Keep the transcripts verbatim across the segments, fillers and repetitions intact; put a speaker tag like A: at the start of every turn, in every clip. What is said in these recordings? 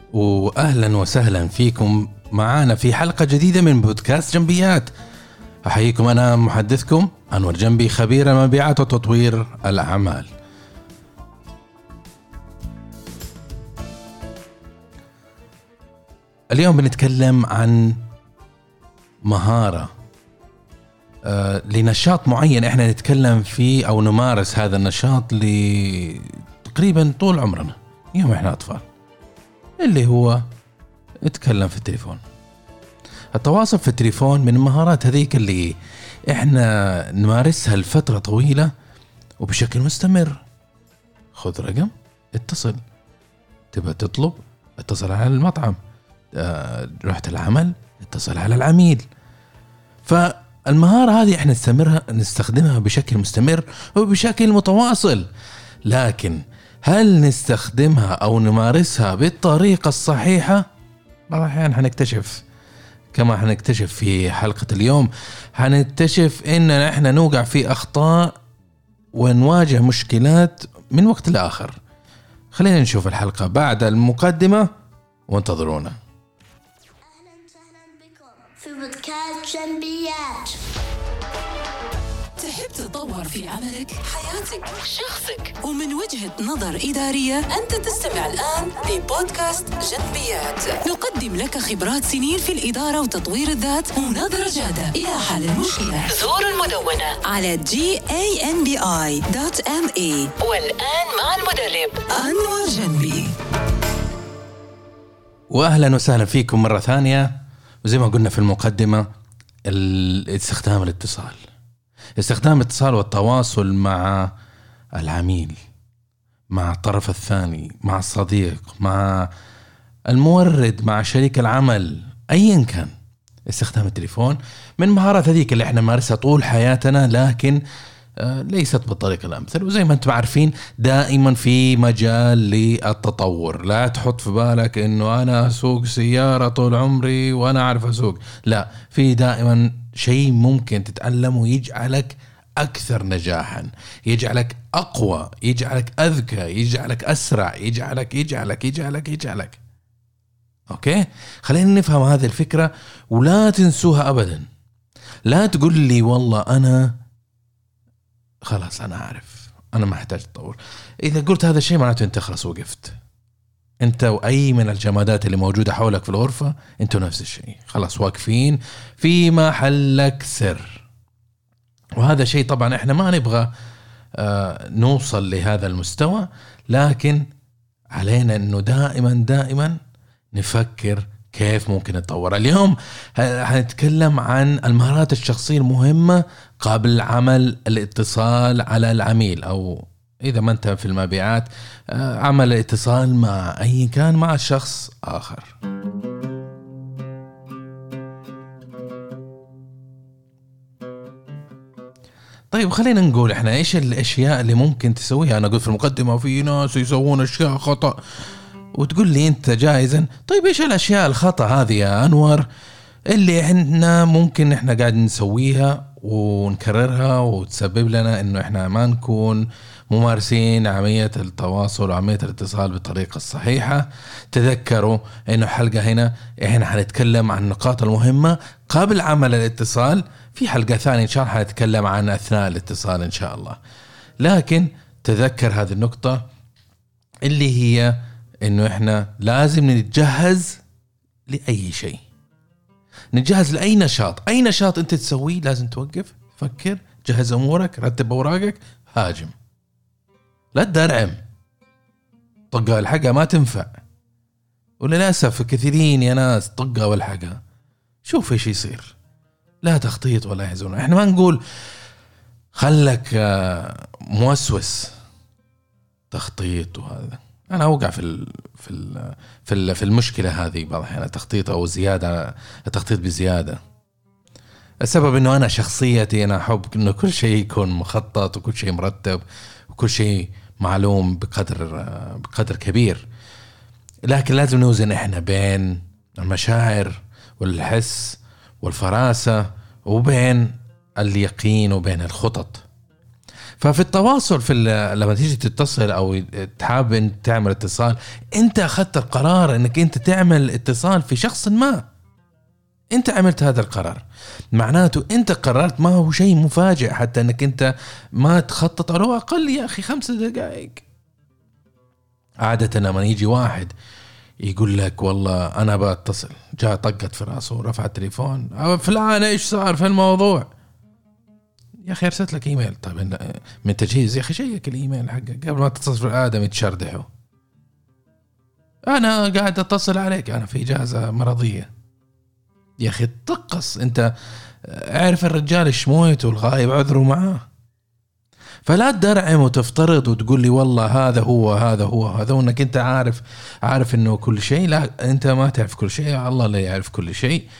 A: وأهلا وسهلا فيكم معنا في حلقة جديدة من بودكاست جنبيات. أحييكم، أنا محدثكم أنور جنبي، خبير المبيعات وتطوير الأعمال. اليوم بنتكلم عن مهارة آه لنشاط معين احنا نتكلم فيه أو نمارس هذا النشاط لتقريبا طول عمرنا يوم احنا أطفال، اللي هو اتكلم في التليفون. التواصل في التليفون من المهارات هذيك اللي احنا نمارسها لفترة طويلة وبشكل مستمر. خذ رقم، اتصل، تبى تطلب اتصل على المطعم، اه رحت العمل اتصل على العميل. فالمهارة هذه احنا نستمرها نستخدمها بشكل مستمر وبشكل متواصل، لكن هل نستخدمها أو نمارسها بالطريقة الصحيحة؟ بعض الأحيان حنكتشف، كما حنكتشف في حلقة اليوم، حنكتشف إننا إحنا نوقع في أخطاء ونواجه مشكلات من وقت لآخر. خلينا نشوف الحلقة بعد المقدمة وانتظرونا.
B: أهلا وسهلا بكم في بودكاست جنبيات.
C: تحب تتطور في عملك، حياتك، شخصك، ومن وجهة نظر إدارية؟ أنت تستمع الآن لبودكاست جنبيات. نقدم لك خبرات سنين في الإدارة وتطوير الذات ونظرة جادة إلى حل المشكلة. زور المدونة على جي إيه إن بي آي دوت إم إيه. والآن مع المدرب أنور جنبي.
A: وأهلا وسهلا فيكم مرة ثانية. وزي ما قلنا في المقدمة، استخدام الاتصال استخدام الاتصال والتواصل مع العميل، مع الطرف الثاني، مع الصديق، مع المورد، مع شريك العمل، أيا كان. استخدام التليفون من مهارات هذيك اللي احنا نمارسها طول حياتنا، لكن آه ليست بالطريقة الأمثل. وزي ما انتم عارفين دائما في مجال للتطور. لا تحط في بالك انه انا اسوق سيارة طول عمري وانا اعرف اسوق، لا، في دائما شيء ممكن تتعلمه يجعلك أكثر نجاحا، يجعلك أقوى، يجعلك أذكى، يجعلك أسرع، يجعلك يجعلك يجعلك يجعلك أوكي؟ خلينا نفهم هذه الفكرة ولا تنسوها أبدا. لا تقول لي والله أنا خلاص أنا أعرف، أنا ما أحتاج أتطور. إذا قلت هذا الشيء معناته أنت خلاص وقفت. أنت وأي من الجمادات اللي موجودة حولك في الغرفة أنتوا نفس الشيء، خلاص واقفين في محلك سر. وهذا شيء طبعا إحنا ما نبغى آه نوصل لهذا المستوى، لكن علينا أنه دائما دائما نفكر كيف ممكن نتطور. اليوم هنتكلم عن المهارات الشخصية المهمة قبل عمل الاتصال على العميل، أو إذا ما أنت في المبيعات عمل اتصال مع أي كان مع شخص آخر. طيب خلينا نقول إحنا إيش الأشياء اللي ممكن تسويها. أنا قلت في المقدمة في ناس يسوون أشياء خطأ، وتقول لي أنت جائزا طيب إيش الأشياء الخطأ هذه يا أنور اللي إحنا ممكن إحنا قاعد نسويها ونكررها وتسبب لنا إنه إحنا ما نكون ممارسين عملية التواصل وعملية الاتصال بالطريقة الصحيحة. تذكروا إنه حلقة هنا إحنا حنتكلم عن النقاط المهمة قبل عمل الاتصال، في حلقة ثانية إن شاء الله حنتكلم عن أثناء الاتصال إن شاء الله. لكن تذكر هذه النقطة اللي هي إنه إحنا لازم نتجهز لأي شيء، نتجهز لأي نشاط. أي نشاط أنت تسويه لازم توقف، فكر، جهز أمورك، رتب أوراقك، هاجم. لا تدرعم، طقة والحقة ما تنفع. وللأسف كثيرين يا ناس طقة والحقة. شوف إيش يصير، لا تخطيط ولا يحزن. إحنا ما نقول خلك موسوس تخطيط وهذا. أنا أوقع في ال في ال في ال في المشكلة هذه بعض الأحيان، تخطيط أو زيادة، تخطيط بزيادة. السبب إنه أنا شخصيتي أنا أحب إنه كل شيء يكون مخطط وكل شيء مرتب وكل شيء معلوم بقدر بقدر كبير. لكن لازم نوزن إحنا بين المشاعر والحس والفراسة وبين اليقين وبين الخطط. ففي التواصل في لما تيجي تتصل او تحاب ان تعمل اتصال، انت اخذت القرار انك انت تعمل اتصال في شخص ما، انت عملت هذا القرار، معناته انت قررت، ما هو شيء مفاجئ حتى انك انت ما تخطط على اقل يا اخي خمس دقائق. عادة لما يجي واحد يقول لك والله انا بتصل، جاء طقت في راسه ورفع التليفون، فلان ايش صار في الموضوع؟ يا اخي ارسلت لك ايميل، طيب من تجهيز يا اخي شيك الايميل حقك قبل ما تتصل في الادم يتشردحوا. انا قاعد اتصل عليك، انا في اجازه مرضيه. يا اخي تقص، انت عارف الرجال الشمويت والغايب عذروا معاه. فلا تدرعم وتفترض وتقول لي والله هذا هو هذا هو هذا، وانك انت عارف عارف انه كل شيء. لا، انت ما تعرف كل شيء، الله اللي يعرف كل شيء.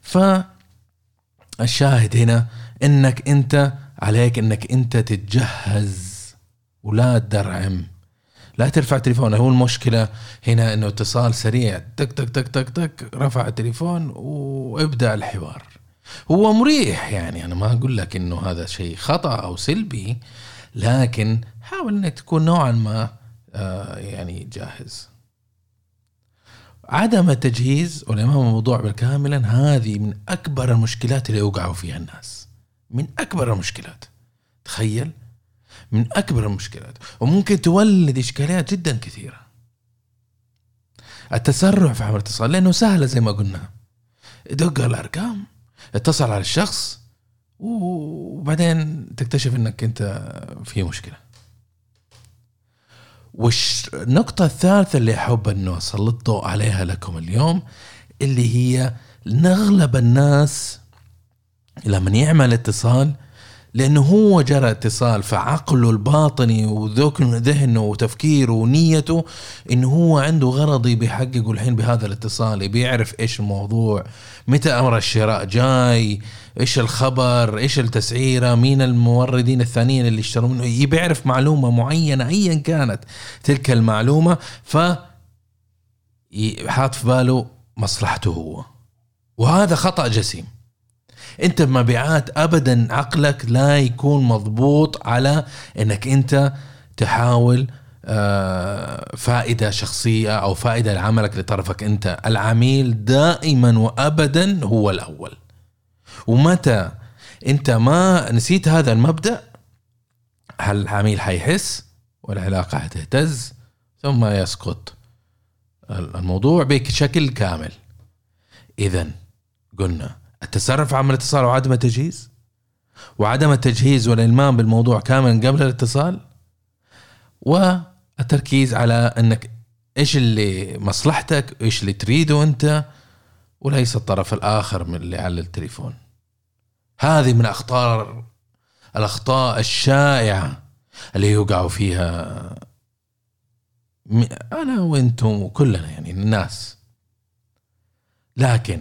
A: فالشاهد هنا انك انت عليك انك انت تتجهز ولا تدرعم، لا ترفع تليفونه. هو المشكلة هنا انه اتصال سريع، تك تك تك تك تك، رفع التليفون وابدأ الحوار. هو مريح يعني، انا ما اقول لك انه هذا شيء خطأ او سلبي، لكن حاول انك تكون نوعا ما آه يعني جاهز. عدم التجهيز والإمام الموضوع بالكامل هذه من اكبر المشكلات اللي يوقعوا فيها الناس، من اكبر المشكلات. تخيل، من أكبر المشكلات، وممكن تولد إشكاليات جدا كثيرة. التسرع في عمل الاتصال لأنه سهلة زي ما قلنا، دق الأرقام، اتصل على الشخص، وبعدين تكتشف أنك أنت في مشكلة. والنقطة الثالثة اللي أحب أنه أسلط الضوء عليها لكم اليوم، اللي هي نغلب الناس لما يعمل اتصال لأنه هو جرى اتصال، فعقله الباطني وذهنه وتفكيره ونيته إنه هو عنده غرض بيحققه الحين بهذا الاتصال، بيعرف إيش الموضوع، متى أمر الشراء جاي، إيش الخبر، إيش التسعيرة، مين الموردين الثانيين اللي اشتروا منه، يبيعرف معلومة معينة أيا كانت تلك المعلومة، فحاط في باله مصلحته هو. وهذا خطأ جسيم. انت بمبيعات ابدا عقلك لا يكون مضبوط على انك انت تحاول فائدة شخصية او فائدة لعملك لطرفك انت. العميل دائما وابدا هو الاول، ومتى انت ما نسيت هذا المبدأ العميل حيحس والعلاقة هتهتز ثم يسقط الموضوع بشكل كامل. اذن قلنا التسرع في عمل الاتصال وعدم التجهيز، وعدم التجهيز والإلمام بالموضوع كاملا قبل الاتصال، والتركيز على أنك إيش اللي مصلحتك، إيش اللي تريده أنت، وليس الطرف الآخر من اللي على التليفون. هذه من أخطار الأخطاء الشائعة اللي يوقعوا فيها أنا وإنتم وكلنا يعني الناس. لكن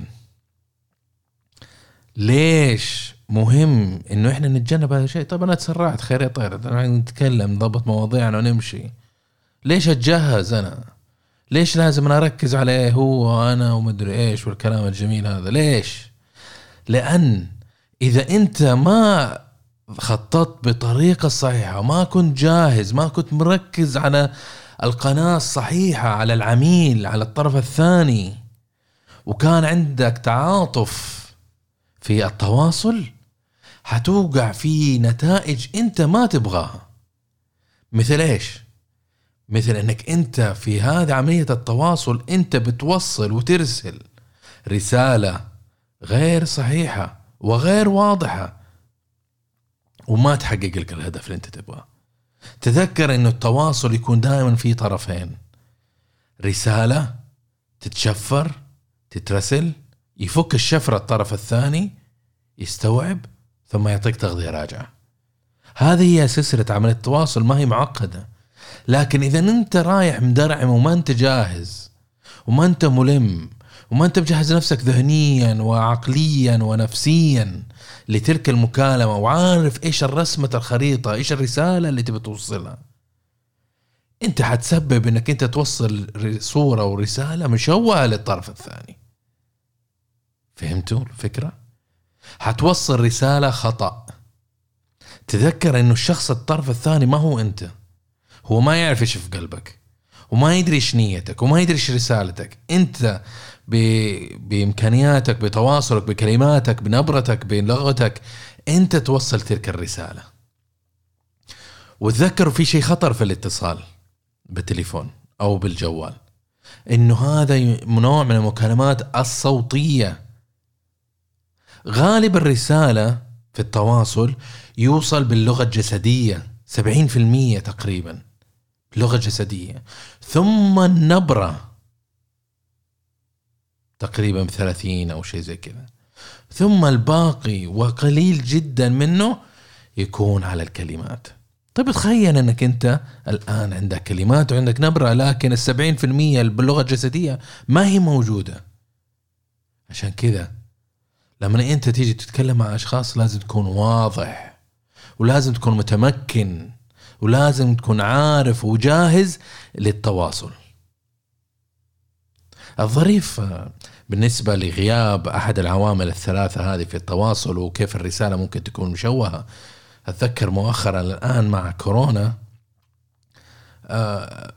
A: ليش مهم انه احنا نتجنب هذا الشيء؟ طب انا تسرعت، خير يا طير، نتكلم نضبط مواضيعنا ونمشي. ليش اتجهز انا؟ ليش لازم انا اركز عليه هو انا ومدري ايش والكلام الجميل هذا؟ ليش؟ لان اذا انت ما خططت بطريقة صحيحة، ما كنت جاهز، ما كنت مركز على القناة الصحيحة، على العميل، على الطرف الثاني، وكان عندك تعاطف في التواصل، هتوقع في نتائج انت ما تبغاها. مثل ايش؟ مثل انك انت في هذه عملية التواصل انت بتوصل وترسل رسالة غير صحيحة وغير واضحة، وما تحقق لك الهدف اللي انت تبغاه. تذكر انه التواصل يكون دائما في طرفين، رسالة تتشفر تترسل، يفك الشفرة الطرف الثاني، يستوعب، ثم يعطيك تغذية راجعة. هذه هي سلسلة عملية التواصل، ما هي معقدة. لكن إذا أنت رايح مدرعم وما أنت جاهز وما أنت ملم وما أنت مجهز نفسك ذهنيا وعقليا ونفسيا لتلك المكالمة، وعارف إيش الرسمة الخريطة، إيش الرسالة اللي تبي توصلها، أنت حتسبب أنك أنت توصل صورة ورسالة مشوهة للطرف الثاني. فهمتوا الفكرة؟ حتوصل رسالة خطأ تذكر إنه الشخص الطرف الثاني ما هو أنت، هو ما يعرف إيش في قلبك وما يدري إيش نيتك وما يدري إيش رسالتك. أنت بإمكانياتك، بتواصلك، بكلماتك، بنبرتك، بلغتك، أنت توصل تلك الرسالة. وتذكروا في شيء خطر في الاتصال بالتليفون أو بالجوال، إنه هذا نوع من المكالمات الصوتية. غالب الرسالة في التواصل يوصل باللغة الجسدية، سبعين في المية تقريبا لغة جسدية، ثم النبرة تقريبا ثلاثين أو شيء زي كذا، ثم الباقي وقليل جدا منه يكون على الكلمات. طيب تخيل أنك أنت الآن عندك كلمات وعندك نبرة، لكن السبعين في المية باللغة الجسدية ما هي موجودة. عشان كذا لما أنت تيجي تتكلم مع أشخاص لازم تكون واضح، ولازم تكون متمكن، ولازم تكون عارف وجاهز للتواصل. الظريف بالنسبة لغياب أحد العوامل الثلاثة هذه في التواصل وكيف الرسالة ممكن تكون مشوهة، أتذكر مؤخرا الآن مع كورونا آه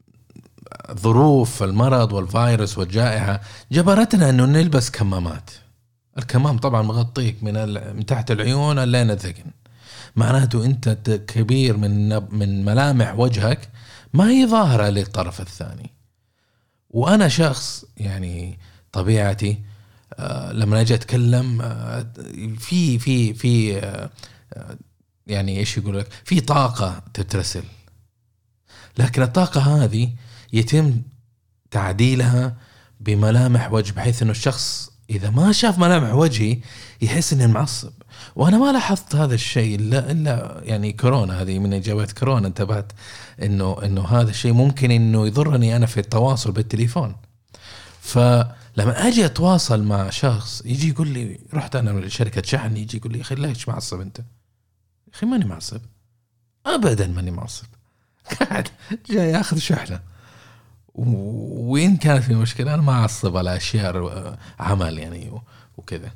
A: ظروف المرض والفيروس والجائحة جبرتنا أنه نلبس كمامات. الكمام طبعا مغطيك من, من تحت العيون لين الذقن، معناته أنت كبير من, من ملامح وجهك ما هي ظاهرة للطرف الثاني. وأنا شخص يعني طبيعتي آه لما أجي أتكلم آه في في في آه يعني إيش يقول لك، في طاقة تترسل، لكن الطاقة هذه يتم تعديلها بملامح وجه، بحيث إنه الشخص إذا ما شاف ملامح وجهي يحس إنه معصب. وأنا ما لاحظت هذا الشيء إلا إلا يعني كورونا، هذه من إجابات كورونا انتبهت إنه إنه هذا الشيء ممكن إنه يضرني أنا في التواصل بالتليفون. فلما أجي أتواصل مع شخص يجي يقول لي، رحت أنا لشركة شحن، يجي يقول لي أخي ليش معصب أنت؟ أخي ماني معصب أبدا، ماني معصب، قاعد جاي أخذ شحنة، وين كانت في مشكلة أنا ما أعصب على أشياء عمل يعني وكذا.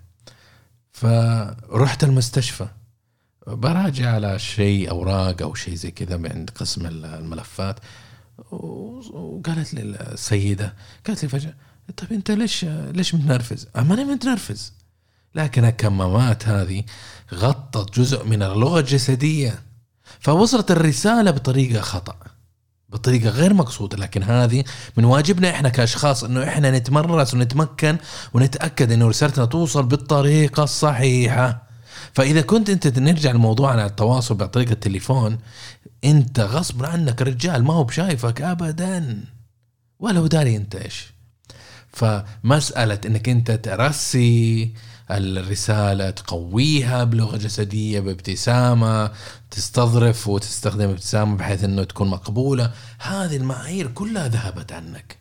A: فرحت المستشفى براجع على شيء أوراق أو شيء زي كذا عند قسم الملفات، وقالت لي السيدة، قالت لي فجأة طيب أنت ليش ليش متنرفز؟ أما أنا متنرفز، لكن الكمامات هذه غطت جزء من اللغة الجسدية، فوصلت الرسالة بطريقة خطأ، بطريقة غير مقصودة. لكن هذه من واجبنا إحنا كأشخاص إنه إحنا نتمرس ونتمكن ونتأكد إنه رسالتنا توصل بالطريقة الصحيحة. فإذا كنت أنت نرجع الموضوع على التواصل بطريقة التليفون، أنت غصب عنك الرجال ما هو بشايفك أبدا ولا داري أنت إيش. فمسألة إنك أنت ترسي الرسالة، تقويها بلغة جسدية، بابتسامة، تستظرف وتستخدم ابتسامة بحيث أنه تكون مقبولة، هذه المعايير كلها ذهبت عنك.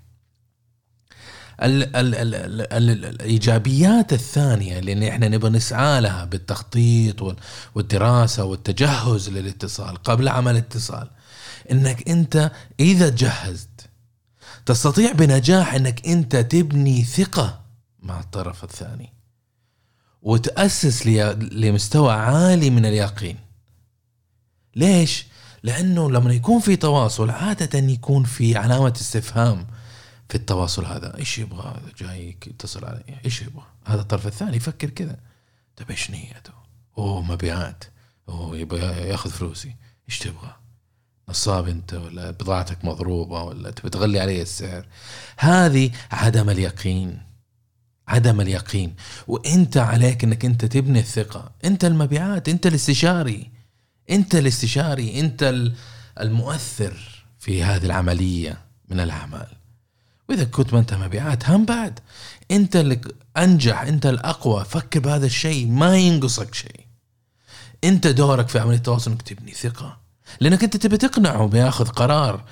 A: ال ال ال ال ال الإيجابيات الثانية اللي إحنا نبغى نسعى لها بالتخطيط والدراسة والتجهز للاتصال قبل عمل الاتصال، إنك أنت إذا جهزت تستطيع بنجاح إنك أنت تبني ثقة مع الطرف الثاني وتأسس لمستوى عالي من اليقين. ليش؟ لأنه لما يكون في تواصل عادة يكون في علامة استفهام في التواصل هذا. إيش يبغى هذا جاي يتصل علي؟ إيش يبغى هذا؟ الطرف الثاني يفكر كذا، طيب إيش نيته؟ أوه مبيعات، أوه يبغى يأخذ فلوسي، إيش تبغى؟ نصاب أنت ولا بضاعتك مضروبة ولا تبي تغلي عليه السعر؟ هذه عدم اليقين، عدم اليقين. وانت عليك انك انت تبني الثقة. انت المبيعات، انت الاستشاري، انت الاستشاري انت المؤثر في هذه العملية من الأعمال. واذا كنت ما انت مبيعات هم بعد انت اللي انجح، انت الاقوى. فكر بهذا الشيء، ما ينقصك شيء. انت دورك في عملية التواصل انك تبني ثقة، لانك انت تبي تقنعه بياخذ قرار،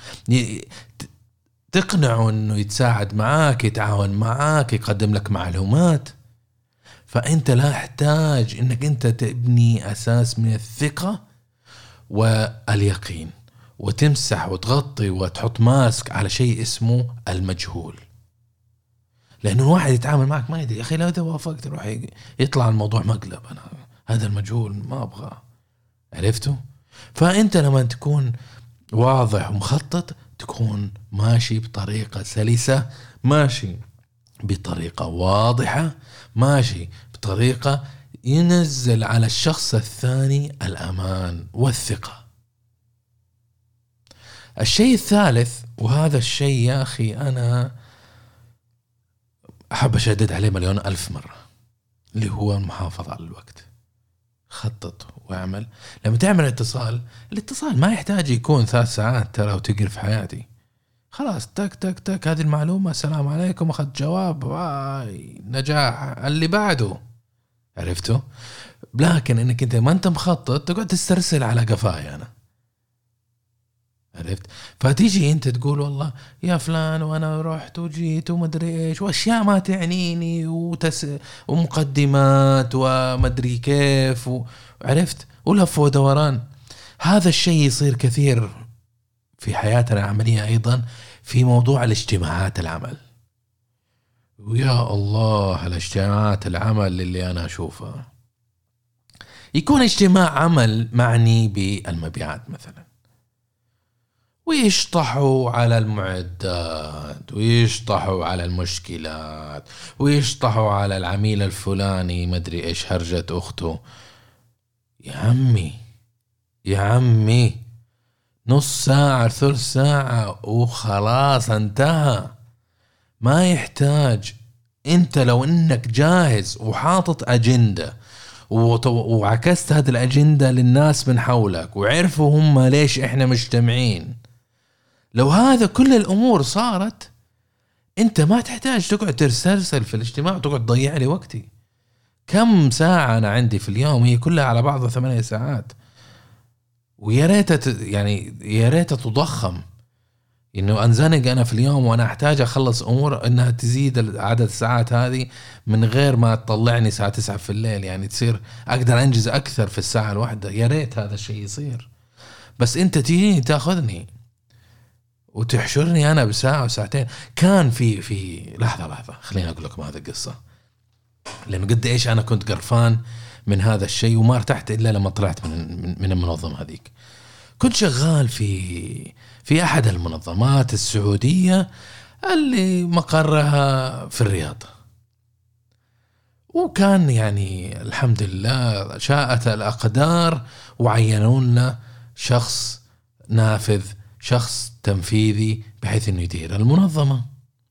A: تقنعه انه يتساعد معاك، يتعاون معاك، يقدم لك معلومات. فانت لا يحتاج انك انت تبني اساس من الثقة واليقين وتمسح وتغطي وتحط ماسك على شيء اسمه المجهول. لانه الواحد يتعامل معك ما يدري، يا اخي لو اذا وافقت يروح يطلع الموضوع مقلب، انا هذا المجهول ما ابغاه، عرفتوا؟ فأنت لما تكون واضح ومخطط تكون ماشي بطريقة سلسة، ماشي بطريقة واضحة، ماشي بطريقة ينزل على الشخص الثاني الأمان والثقة. الشيء الثالث، وهذا الشيء يا أخي أنا أحب أشدد عليه مليون ألف مرة، اللي هو المحافظة على الوقت. خطط واعمل. لما تعمل اتصال، الاتصال ما يحتاج يكون ثلاث ساعات ترى وتقرف في حياتي. خلاص تك تك تك هذه المعلومة، السلام عليكم، أخذت جواب، واي نجاح، اللي بعده. عرفتوا؟ لكن إنك أنت ما أنت مخطط تقعد تسترسل على قفاي أنا. عرفت؟ فتيجي أنت تقول والله يا فلان وأنا رحت وجيت ومدري إيش وأشياء ما تعنيني وتس ومقدمات ومدري كيف، وعرفت ولف ودوران. هذا الشيء يصير كثير في حياتنا العملية أيضا في موضوع الاجتماعات العمل. ويا الله الاجتماعات العمل اللي أنا أشوفها، يكون اجتماع عمل معني بالمبيعات مثلا، ويشطحوا على المعدات، ويشطحوا على المشكلات، ويشطحوا على العميل الفلاني مدري إيش هرجة أخته. يا عمي يا عمي نص ساعة ثلث ساعة وخلاص انتهى. ما يحتاج. انت لو انك جاهز وحاطط أجندة وعكست هذه الأجندة للناس من حولك وعرفوا هم ليش احنا مجتمعين، لو هذا كل الأمور صارت، انت ما تحتاج تقعد ترسلسل في الاجتماع وتقعد تضيع لي وقتي. كم ساعة أنا عندي في اليوم؟ هي كلها على بعضها ثمانية ساعات. ويا ريت يعني يا ريت تضخم، انه انزنق انا في اليوم وانا احتاج اخلص امور انها تزيد عدد الساعات هذه من غير ما تطلعني الساعه تسعة في الليل، يعني تصير اقدر انجز اكثر في الساعه الواحده. يا ريت هذا الشيء يصير، بس انت تيجي تاخذني وتحشرني انا بساعه وساعتين. كان في في لحظه لحظه خليني اقول لكم هذه القصه، لانه قد ايش انا كنت قرفان من هذا الشيء وما ارتحت الا لما طلعت من من المنظمه هذيك. كنت شغال في في أحد المنظمات السعودية اللي مقرها في الرياض، وكان يعني الحمد لله شاءت الأقدار وعينوا لنا شخص نافذ، شخص تنفيذي بحيث أنه يدير المنظمة.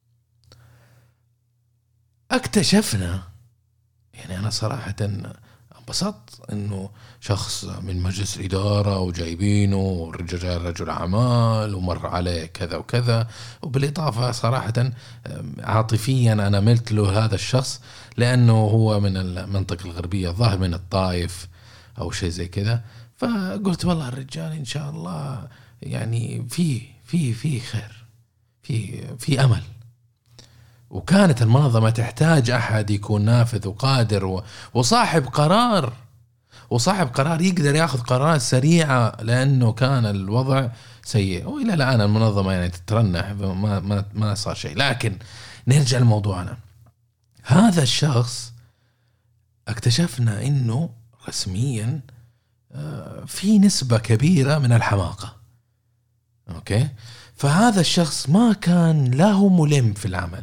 A: اكتشفنا يعني أنا صراحة انبسطت انه شخص من مجلس إدارة وجايبينه ورجال رجل أعمال ومر عليه كذا وكذا، وبالإضافة صراحة عاطفيا أنا ملت له هذا الشخص لأنه هو من المنطقة الغربية، الظاهر من الطائف أو شيء زي كذا. فقلت والله الرجال إن شاء الله يعني في في في خير، في في أمل. وكانت المنظمة تحتاج أحد يكون نافذ وقادر وصاحب قرار، وصاحب قرار يقدر ياخذ قرارات سريعة، لأنه كان الوضع سيء. وإلى الآن المنظمة يعني تترنح، ما ما ما صار شيء. لكن نرجع لموضوعنا. هذا الشخص اكتشفنا إنه رسميا في نسبة كبيرة من الحماقة. أوكي، فهذا الشخص ما كان له ملم في العمل،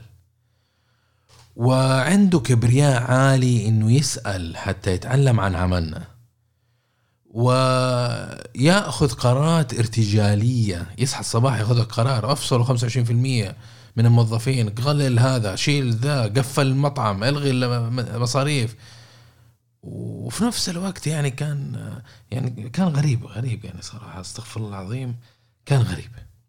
A: وعنده كبرياء عالي إنه يسأل حتى يتعلم عن عملنا، ويأخذ قرارات ارتجالية. يصحى الصباح يأخذ قرار أفصل خمسة وعشرين بالمئة من الموظفين، قلل هذا، شيل ذا، قفل المطعم، الغي المصاريف. وفي نفس الوقت يعني كان يعني كان غريب غريب يعني صراحة استغفر الله العظيم، كان غريب.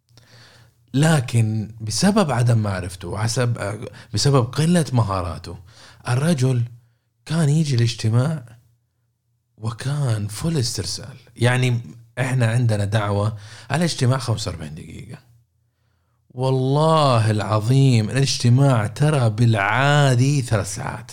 A: لكن بسبب عدم معرفته وحسب بسبب قلة مهاراته، الرجل كان يجي الاجتماع وكان فل استرسال. يعني احنا عندنا دعوة على اجتماع خمسة وأربعين دقيقة، والله العظيم الاجتماع ترى بالعادي ثلاث ساعات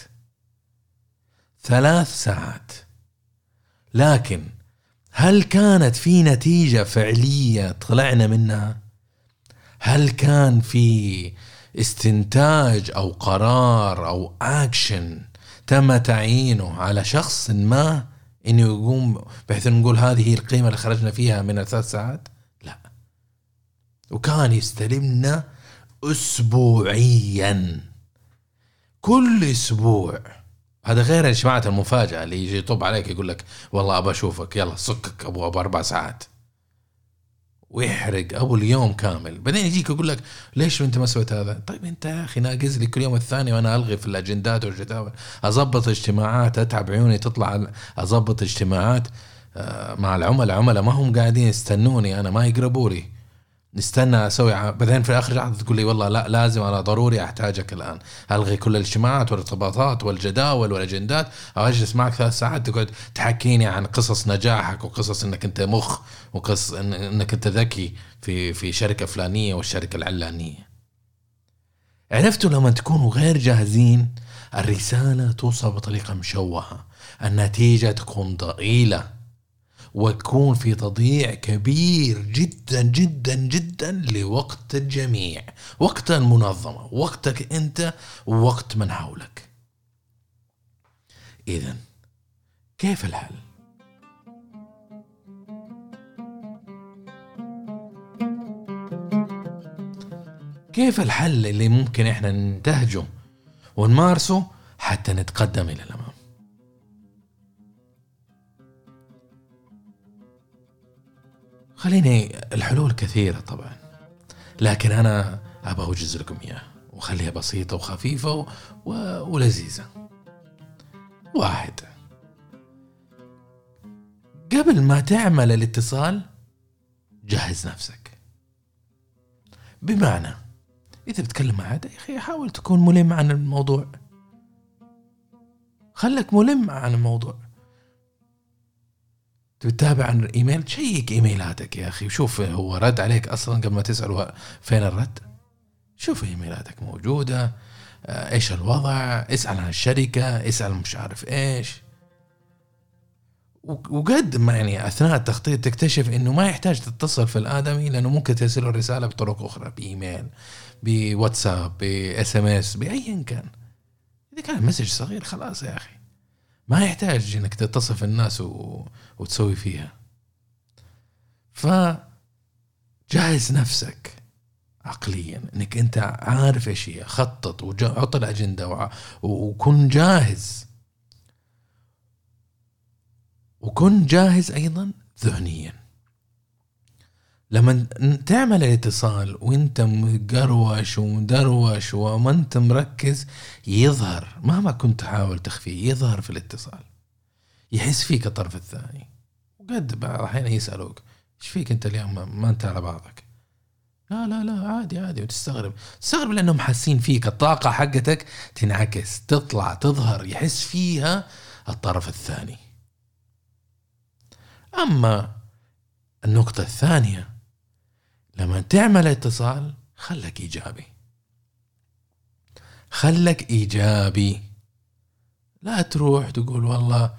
A: ثلاث ساعات لكن هل كانت في نتيجة فعلية طلعنا منها؟ هل كان في استنتاج أو قرار أو أكشن تم تعيينه على شخص ما؟ إنه يقوم بحيث نقول هذه هي القيمة اللي خرجنا فيها من الثلاث ساعات؟ لا. وكان يستلمنا أسبوعيا، كل أسبوع. هذا غير الاجتماعات المفاجأة اللي يجي يطب عليك يقول لك والله أبى أشوفك، يلا سكك أبو أبو أربع ساعات، ويحرق أبو اليوم كامل. بعدين يجيك يقول لك ليش أنت ما سويت هذا؟ طيب أنت يا أخي ناقز لي كل يوم الثاني وأنا ألغي في الأجندات والجداول، أضبط اجتماعات، أتعب عيوني تطلع أضبط اجتماعات مع العملاء. عملاء ما هم قاعدين يستنوني أنا، ما يقربوا لي، نستنى أسوي ع... بعدين في الآخر قاعد تقول لي والله لا لازم أنا ضروري أحتاجك الآن، ألغي كل الاجتماعات والارتباطات والجداول والأجندات، أو أجلس معك ثلاث ساعات تقعد تحكيني عن قصص نجاحك وقصص إنك أنت مخ وقصص إن... إنك أنت ذكي في في شركة فلانية والشركة العلانية. عرفتوا لما تكونوا غير جاهزين الرسالة توصل بطريقة مشوهة، النتيجة تكون ضئيلة، ويكون في تضييع كبير جدا جدا جدا لوقت الجميع، وقت المنظمة، وقتك أنت ووقت من حولك. إذن كيف الحل؟ كيف الحل اللي ممكن إحنا ننتهجه ونمارسه حتى نتقدم إلى الأمام؟ خليني، الحلول كثيرة طبعا، لكن أنا أبغى أوجز لكم إياه وخليها بسيطة وخفيفة و... ولذيذة. واحد، قبل ما تعمل الاتصال جهز نفسك. بمعنى إذا بتكلم مع حدا يا أخي حاول تكون ملم عن الموضوع، خلك ملم عن الموضوع. تتابع عن الإيميل، تشيك إيميلاتك يا أخي، شوف هو رد عليك أصلا قبل ما تسأله فين الرد. شوف إيميلاتك موجودة، إيش الوضع، اسأل عن الشركة، اسأل مش عارف إيش. وقد ما يعني أثناء التخطيط تكتشف إنه ما يحتاج تتصل في الآدمي، لأنه ممكن ترسله رسالة بطرق أخرى، بإيميل، بواتساب، بإس إم إس، بأي كان. إذا كان مسج صغير خلاص يا أخي، ما يحتاج إنك تتصل في الناس و... وتسوي فيها. فجهز نفسك عقليا إنك أنت عارف إيش هي، خطط وحط الأجندة و... وكن جاهز، وكن جاهز أيضا ذهنيا. لما تعمل الاتصال وانت مقروش ومدروش وما انت مركز يظهر، مهما كنت تحاول تخفيه يظهر في الاتصال، يحس فيك الطرف الثاني. وقد بعض الأحيان يسألوك ايش فيك انت اليوم ما انت على بعضك؟ لا لا لا عادي عادي، وتستغرب تستغرب لأنهم حاسين فيك، الطاقة حقتك تنعكس تطلع تظهر، يحس فيها الطرف الثاني. أما النقطة الثانية، لما تعمل اتصال خلك إيجابي، خلك إيجابي. لا تروح تقول والله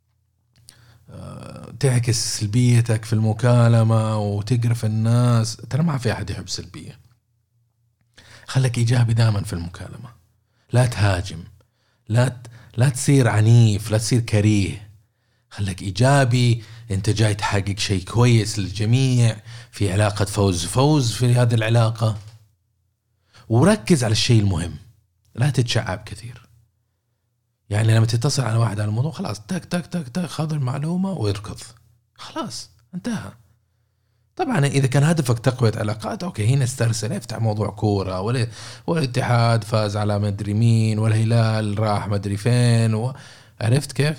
A: تعكس سلبيتك في المكالمة وتقرف الناس، ترى ما في أحد يحب سلبية. خلك إيجابي دائما في المكالمة، لا تهاجم، لا لا تصير عنيف، لا تصير كريه. خلك إيجابي، أنت جاي تحقق شيء كويس للجميع، في علاقة فوز فوز في هذه العلاقة، وركز على الشيء المهم، لا تتشعب كثير. يعني لما تتصل على واحد على الموضوع خلاص تك تك تك تك خذ المعلومة ويركض، خلاص انتهى. طبعا إذا كان هدفك تقوية علاقات أوكي، هنا استرسل، افتح موضوع كورة، ولا والاتحاد فاز على مدري مين، والهلال راح مدري فين، وعرفت كيف.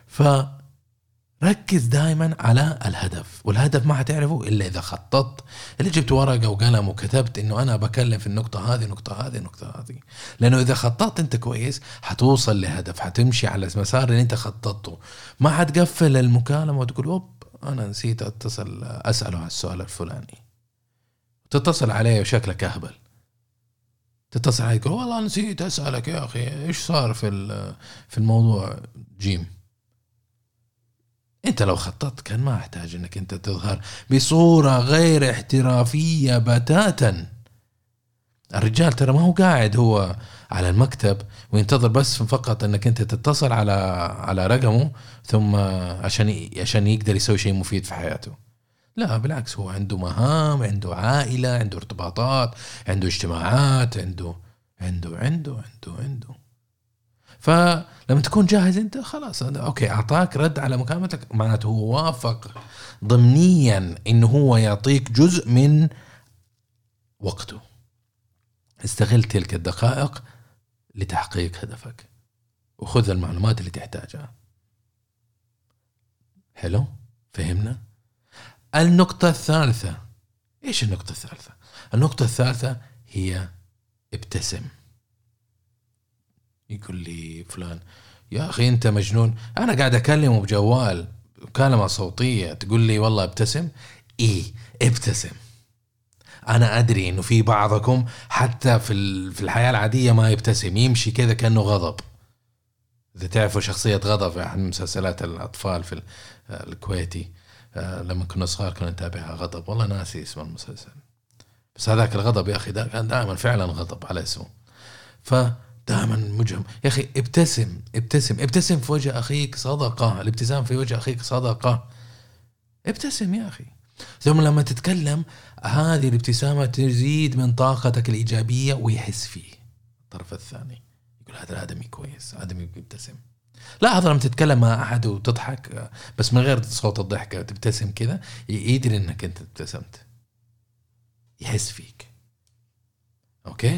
A: فركز دائما على الهدف، والهدف ما هتعرفه إلا إذا خططت، اللي جبت ورقة وقلم وكتبت إنه أنا بكلم في النقطة هذه النقطة هذه النقطة هذه. لأنه إذا خططت أنت كويس هتوصل لهدف، هتمشي على المسار اللي أنت خططته. ما هتقفل المكالمة وتقول أوب أنا نسيت أتصل أسأله على السؤال الفلاني، تتصل عليه وشكلك أهبل، تتصل عليه يقول والله نسيت أسألك يا أخي إيش صار في في الموضوع جيم. أنت لو خططت كان ما أحتاج أنك أنت تظهر بصورة غير احترافية بتاتا. الرجال ترى ما هو قاعد هو على المكتب وينتظر بس فقط انك انت تتصل على على رقمه ثم عشان عشان يقدر يسوي شيء مفيد في حياته. لا بالعكس، هو عنده مهام، عنده عائلة، عنده ارتباطات، عنده اجتماعات، عنده عنده عنده عنده عنده فلما تكون جاهز انت خلاص اوكي اعطاك رد على مكالمتك، معناته هو وافق ضمنيا انه هو يعطيك جزء من وقته. استغل تلك الدقائق لتحقيق هدفك وخذ المعلومات اللي تحتاجها. حلو، فهمنا؟ النقطة الثالثة، ايش النقطة الثالثة؟ النقطة الثالثة هي ابتسم. يقول لي فلان يا أخي أنت مجنون، أنا قاعد أكلمه بجوال مكالمة صوتية تقول لي والله ابتسم. إيه ابتسم. أنا أدري إنه في بعضكم حتى في في الحياة العادية ما يبتسم، يمشي كذا كأنه غضب. إذا تعرفوا شخصية غضب في أحد مسلسلات الأطفال في الكويتي لما كنا صغار كنا نتابعها، غضب، والله ناسي اسم المسلسل، بس هذاك الغضب يا أخي ده كان دائما فعلا غضب على اسمه. ف دائما مجرم يا أخي. ابتسم ابتسم ابتسم في وجه أخيك صدقة. الابتسام في وجه أخيك صدقة. ابتسم يا أخي. ثم لما تتكلم هذه الابتسامة تزيد من طاقتك الإيجابية ويحس فيه الطرف الثاني، يقول هذا الآدمي كويس، آدمي يبتسم. لا هذا لما تتكلم مع أحد وتضحك بس من غير صوت الضحكة تبتسم كذا، يدري إنك أنت ابتسمت، يحس فيك. أوكي.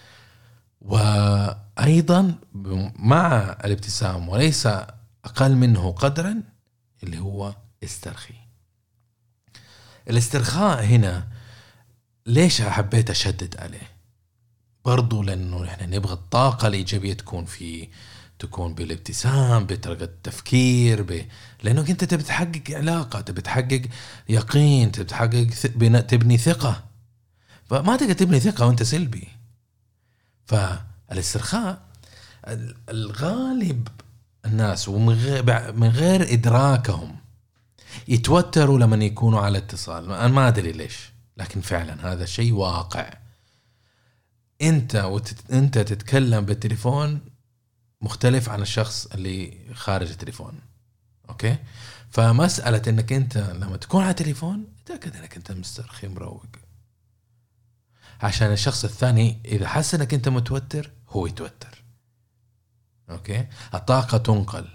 A: وأيضا مع الابتسام وليس أقل منه قدرا اللي هو استرخي. الاسترخاء هنا ليش حبيت أشدد عليه؟ برضو لأنه إحنا نبغى الطاقة الإيجابية تكون في تكون بالابتسام، بطريقة التفكير، ب... لأنه أنت تبي تحقق علاقة، تبي تحقق يقين، تبي تحقق ث... تبني ثقة. فما تقدر تبني ثقة وأنت سلبي. فالاسترخاء الغالب الناس ومن غير من غير إدراكهم يتوتروا لما يكونوا على اتصال. أنا ما أدري ليش، لكن فعلا هذا شيء واقع. أنت وتت... أنت تتكلم بالتليفون مختلف عن الشخص اللي خارج التليفون. أوكي. فمسألة إنك أنت لما تكون على التليفون تأكد إنك أنت مسترخي مروق، عشان الشخص الثاني إذا حس إنك أنت متوتر هو يتوتر. أوكي. الطاقة تنقل،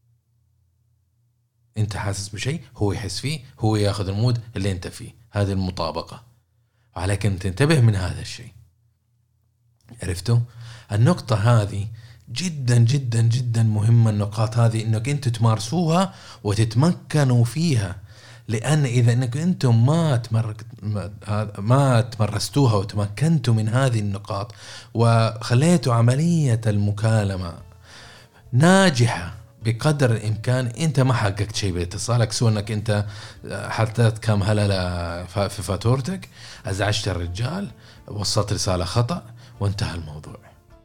A: أنت حاسس بشيء هو يحس فيه، هو يأخذ المود اللي أنت فيه، هذه المطابقة، وعليك أن تنتبه من هذا الشيء. عرفتوا؟ النقطة هذه جدا جدا جدا مهمة. النقاط هذه إنك أنت تمارسوها وتتمكنوا فيها، لأن إذا إنك أنتم ما تمرك ما تمرستوها وتمكنتوا من هذه النقاط وخليتوا عملية المكالمة ناجحة بقدر الإمكان، أنت ما حققت شيء باتصالك، سوى أنك أنت حطيت كم هللة في فاتورتك، أزعجت الرجال، وصلت رسالة خطأ، وانتهى الموضوع.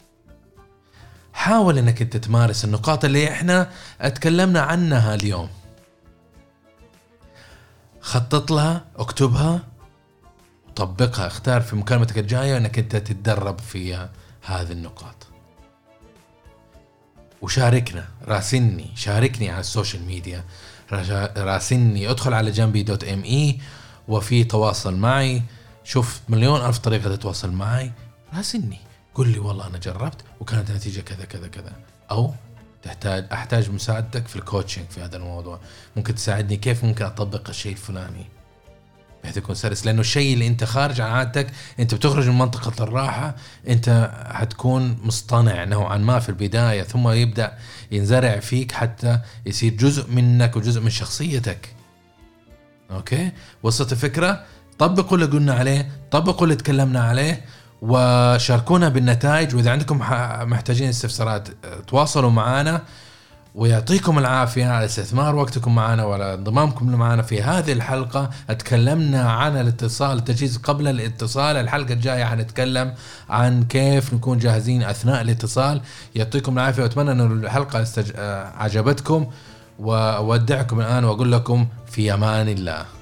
A: حاول أنك أنت تمارس النقاط اللي إحنا اتكلمنا عنها اليوم، خطط لها، اكتبها، طبقها، اختار في مكالمتك الجاية أنك أنت تتدرب في هذه النقاط. وشاركنا، راسلني، شاركني على السوشيال ميديا، راسلني، ادخل على جنبي دوت ام اي وفي تواصل معي. شوف مليون ألف طريقة تتواصل معي. راسلني، قل لي والله أنا جربت وكانت نتيجة كذا كذا كذا، أو تحتاج أحتاج مساعدتك في الكوتشنج في هذا الموضوع، ممكن تساعدني كيف ممكن أطبق الشيء الفلاني بحيث يكون سلس. لأنه الشيء اللي أنت خارج عن عادتك، أنت بتخرج من منطقة الراحة، أنت هتكون مصطنع نوعا ما في البداية، ثم يبدأ ينزرع فيك حتى يصير جزء منك وجزء من شخصيتك. أوكي، وصلت الفكرة؟ طبقوا اللي قلنا عليه، طبقوا اللي تكلمنا عليه، وشاركونا بالنتائج. وإذا عندكم محتاجين استفسارات تواصلوا معنا، ويعطيكم العافية على استثمار وقتكم معنا وعلى انضمامكم معنا في هذه الحلقة. اتكلمنا عن الاتصال، التجهيز قبل الاتصال. الحلقة الجاية حنتكلم عن كيف نكون جاهزين أثناء الاتصال. يعطيكم العافية، وأتمنى أن الحلقة استج... عجبتكم، وأودعكم الآن وأقول لكم في أمان الله.